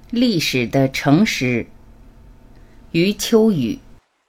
历史的诚实，余秋雨。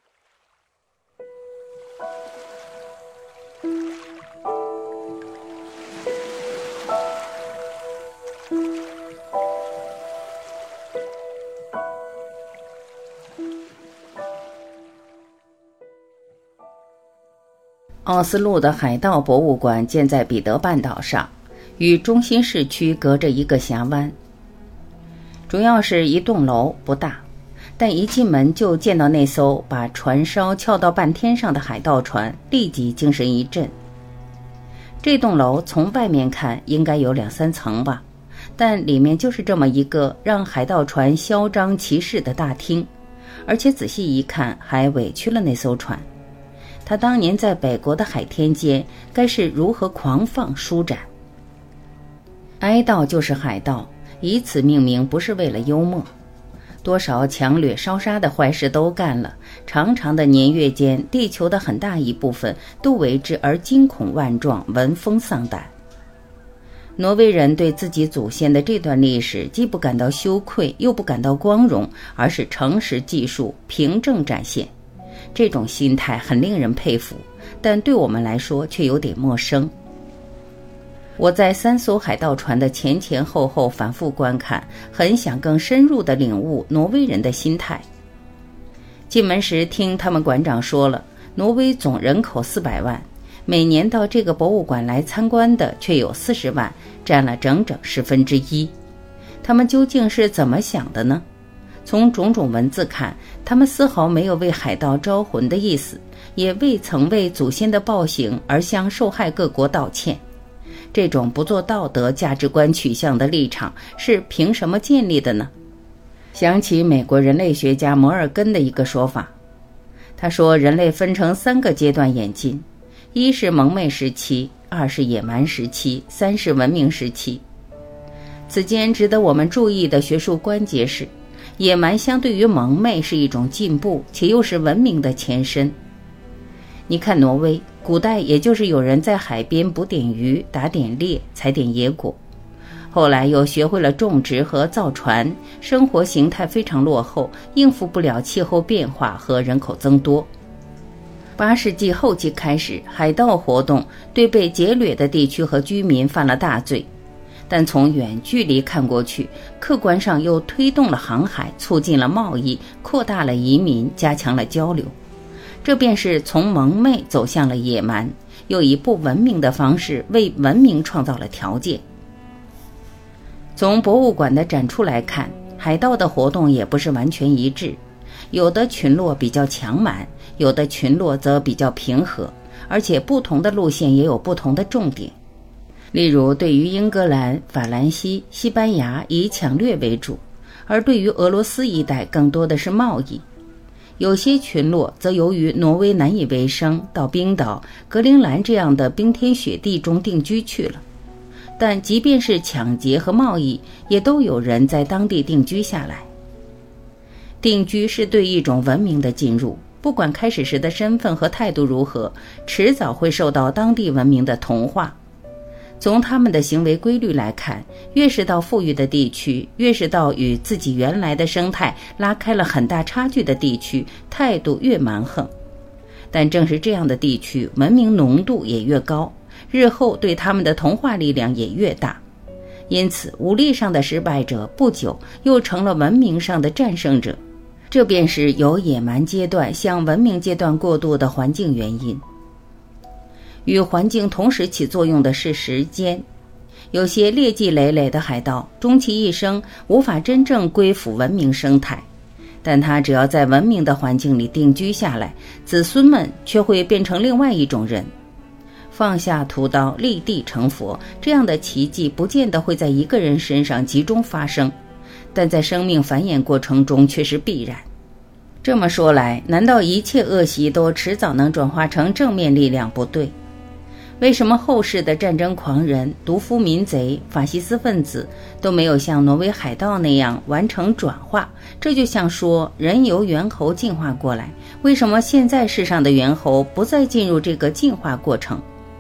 奥斯陆的海盗博物馆建在彼得半岛上，与中心市区隔着一个峡湾。主要是一栋楼，不大，但一进门就见到那艘把船梢翘到半天上的海盗船，立即精神一振。这栋楼从外面看应该有2-3层吧，但里面就是这么一个让海盗船嚣张其势的大厅，而且仔细一看还委屈了那艘船。他当年在北国的海天间该是如何狂放舒展。哀悼就是海盗，以此命名不是为了幽默，多少强掠烧杀的坏事都干了，长长的年月间，地球的很大一部分都为之而惊恐万状，闻风丧胆。挪威人对自己祖先的这段历史既不感到羞愧，又不感到光荣，而是诚实记述，凭证展现。这种心态很令人佩服，但对我们来说却有点陌生。我在3艘海盗船的前前后后反复观看，很想更深入地领悟挪威人的心态。进门时听他们馆长说了，挪威总人口400万，每年到这个博物馆来参观的却有40万，占了整整1/10。他们究竟是怎么想的呢？从种种文字看，他们丝毫没有为海盗招魂的意思，也未曾为祖先的暴行而向受害各国道歉。这种不做道德价值观取向的立场是凭什么建立的呢？想起美国人类学家摩尔根的一个说法，他说人类分成3个阶段演进，一是蒙昧时期，2是野蛮时期，3是文明时期。此间值得我们注意的学术关节是，野蛮相对于蒙昧是一种进步，且又是文明的前身。你看挪威，古代也就是有人在海边捕点鱼，打点猎，采点野果，后来又学会了种植和造船，生活形态非常落后，应付不了气候变化和人口增多。8世纪后期开始，海盗活动对被劫掠的地区和居民犯了大罪，但从远距离看过去，客观上又推动了航海，促进了贸易，扩大了移民，加强了交流。这便是从蒙昧走向了野蛮，又以不文明的方式为文明创造了条件。从博物馆的展出来看，海盗的活动也不是完全一致，有的群落比较强蛮，有的群落则比较平和，而且不同的路线也有不同的重点。例如对于英格兰、法兰西、西班牙以抢掠为主，而对于俄罗斯一带更多的是贸易。有些群落则由于挪威难以为生，到冰岛、格陵兰这样的冰天雪地中定居去了。但即便是抢劫和贸易，也都有人在当地定居下来。定居是对一种文明的进入，不管开始时的身份和态度如何，迟早会受到当地文明的同化。从他们的行为规律来看，越是到富裕的地区，越是到与自己原来的生态拉开了很大差距的地区，态度越蛮横。但正是这样的地区，文明浓度也越高，日后对他们的同化力量也越大。因此，武力上的失败者不久又成了文明上的战胜者。这便是由野蛮阶段向文明阶段过渡的环境原因。与环境同时起作用的是时间。有些劣迹累累的海盗，终其一生无法真正归附文明生态，但他只要在文明的环境里定居下来，子孙们却会变成另外一种人。放下屠刀，立地成佛，这样的奇迹不见得会在一个人身上集中发生，但在生命繁衍过程中却是必然。这么说来，难道一切恶习都迟早能转化成正面力量？不对。为什么后世的战争狂人、毒夫民贼、法西斯分子都没有像挪威海盗那样完成转化？这就像说人由猿猴进化过来，为什么现在世上的猿猴不再进入这个进化过程？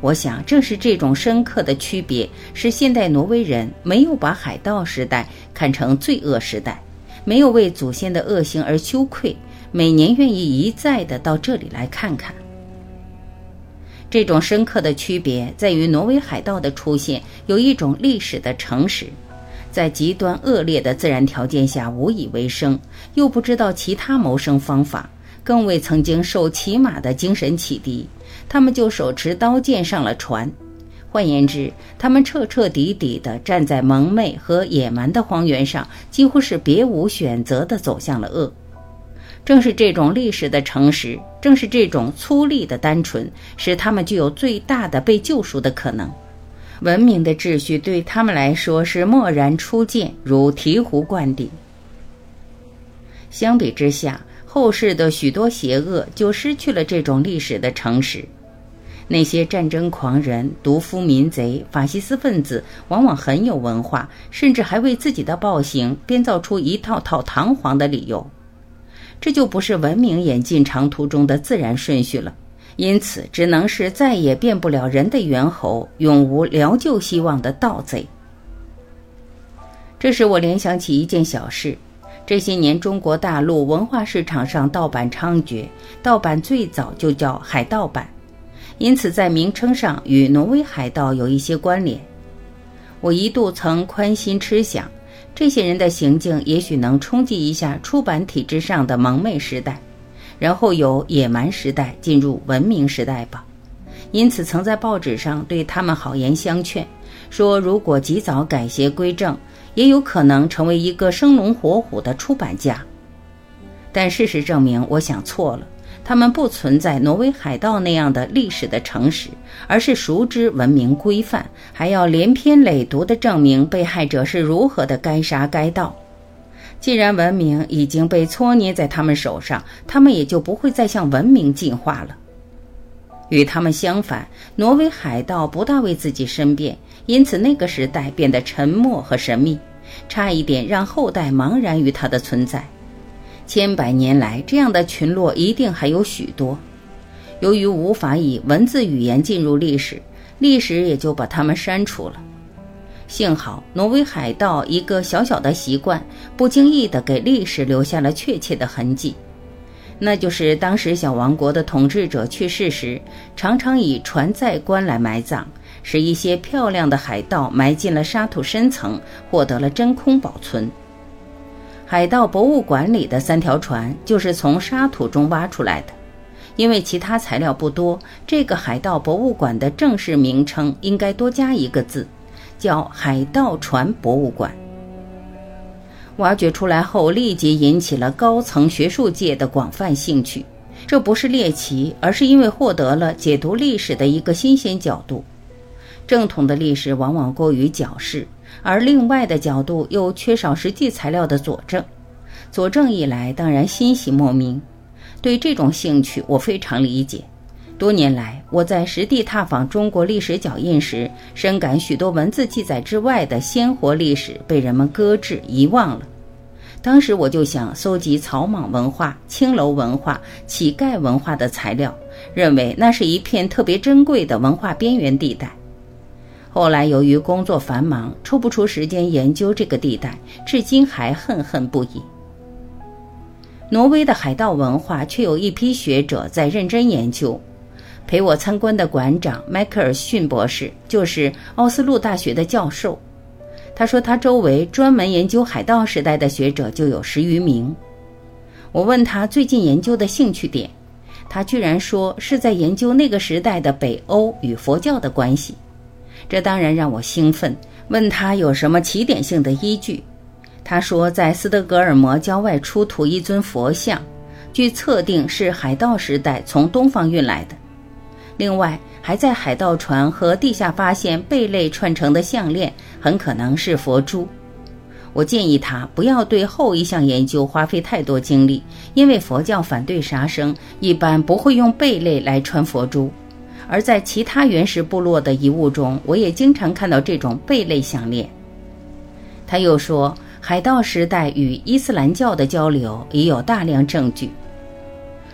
我想正是这种深刻的区别，使现代挪威人没有把海盗时代看成罪恶时代，没有为祖先的恶行而羞愧，每年愿意一再地到这里来看看。这种深刻的区别在于挪威海盗的出现有一种历史的诚实，在极端恶劣的自然条件下无以为生，又不知道其他谋生方法，更未曾经受骑马的精神启迪，他们就手持刀剑上了船。换言之，他们彻彻底底地站在蒙昧和野蛮的荒原上，几乎是别无选择地走向了恶。正是这种历史的诚实，正是这种粗粝的单纯，使他们具有最大的被救赎的可能。文明的秩序对他们来说是蓦然初见，如醍醐灌顶。相比之下，后世的许多邪恶就失去了这种历史的诚实。那些战争狂人、毒夫、民贼、法西斯分子往往很有文化，甚至还为自己的暴行编造出一套套堂皇的理由。这就不是文明演进长途中的自然顺序了，因此只能是再也变不了人的猿猴，永无疗救希望的盗贼。这使我联想起一件小事，这些年中国大陆文化市场上盗版猖獗，盗版最早就叫海盗版，因此在名称上与挪威海盗有一些关联。我一度曾宽心痴想，这些人的行径也许能冲击一下出版体制上的蒙昧时代，然后由野蛮时代进入文明时代吧。因此曾在报纸上对他们好言相劝，说如果及早改邪归正，也有可能成为一个生龙活虎的出版家。但事实证明，我想错了，他们不存在挪威海盗那样的历史的诚实，而是熟知文明规范，还要连篇累牍地证明被害者是如何的该杀该盗。既然文明已经被搓捏在他们手上，他们也就不会再向文明进化了。与他们相反，挪威海盗不大为自己申辩，因此那个时代变得沉默和神秘，差一点让后代茫然于它的存在。千百年来，这样的群落一定还有许多。由于无法以文字语言进入历史，历史也就把它们删除了。幸好挪威海盗一个小小的习惯，不经意地给历史留下了确切的痕迹，那就是当时小王国的统治者去世时，常常以船载棺来埋葬，使一些漂亮的海盗埋进了沙土深层，获得了真空保存。海盗博物馆里的3条船就是从沙土中挖出来的。因为其他材料不多，这个海盗博物馆的正式名称应该多加一个字，叫海盗船博物馆。挖掘出来后立即引起了高层学术界的广泛兴趣，这不是猎奇，而是因为获得了解读历史的一个新鲜角度。正统的历史往往过于矫饰，而另外的角度又缺少实际材料的佐证。佐证一来，当然欣喜莫名。对这种兴趣我非常理解。多年来，我在实地踏访中国历史脚印时，深感许多文字记载之外的鲜活历史被人们搁置遗忘了。当时我就想搜集草莽文化、青楼文化、乞丐文化的材料，认为那是一片特别珍贵的文化边缘地带。后来由于工作繁忙，抽不出时间研究这个地带，至今还恨恨不已。挪威的海盗文化却有一批学者在认真研究。陪我参观的馆长迈克尔逊博士就是奥斯陆大学的教授，他说他周围专门研究海盗时代的学者就有10余名。我问他最近研究的兴趣点，他居然说是在研究那个时代的北欧与佛教的关系。这当然让我兴奋，问他有什么起点性的依据。他说在斯德哥尔摩郊外出土一尊佛像，据测定是海盗时代从东方运来的。另外还在海盗船和地下发现贝类串成的项链，很可能是佛珠。我建议他不要对后一项研究花费太多精力，因为佛教反对杀生，一般不会用贝类来穿佛珠。而在其他原始部落的遗物中，我也经常看到这种贝类项链。他又说海盗时代与伊斯兰教的交流已有大量证据。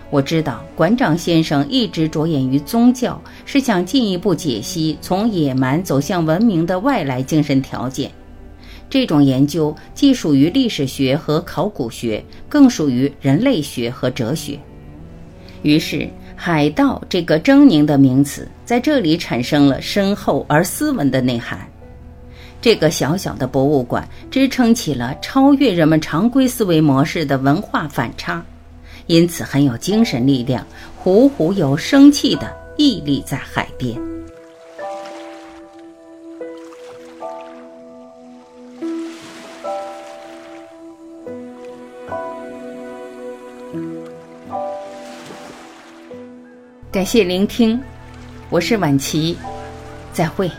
我知道馆长先生一直着眼于宗教，是想进一步解析从野蛮走向文明的外来精神条件。这种研究既属于历史学和考古学，更属于人类学和哲学。于是海盗这个狰狞的名词在这里产生了深厚而斯文的内涵。这个小小的博物馆支撑起了超越人们常规思维模式的文化反差，因此很有精神力量，虎虎有生气地屹立在海边。感谢聆听，我是婉琪，再会。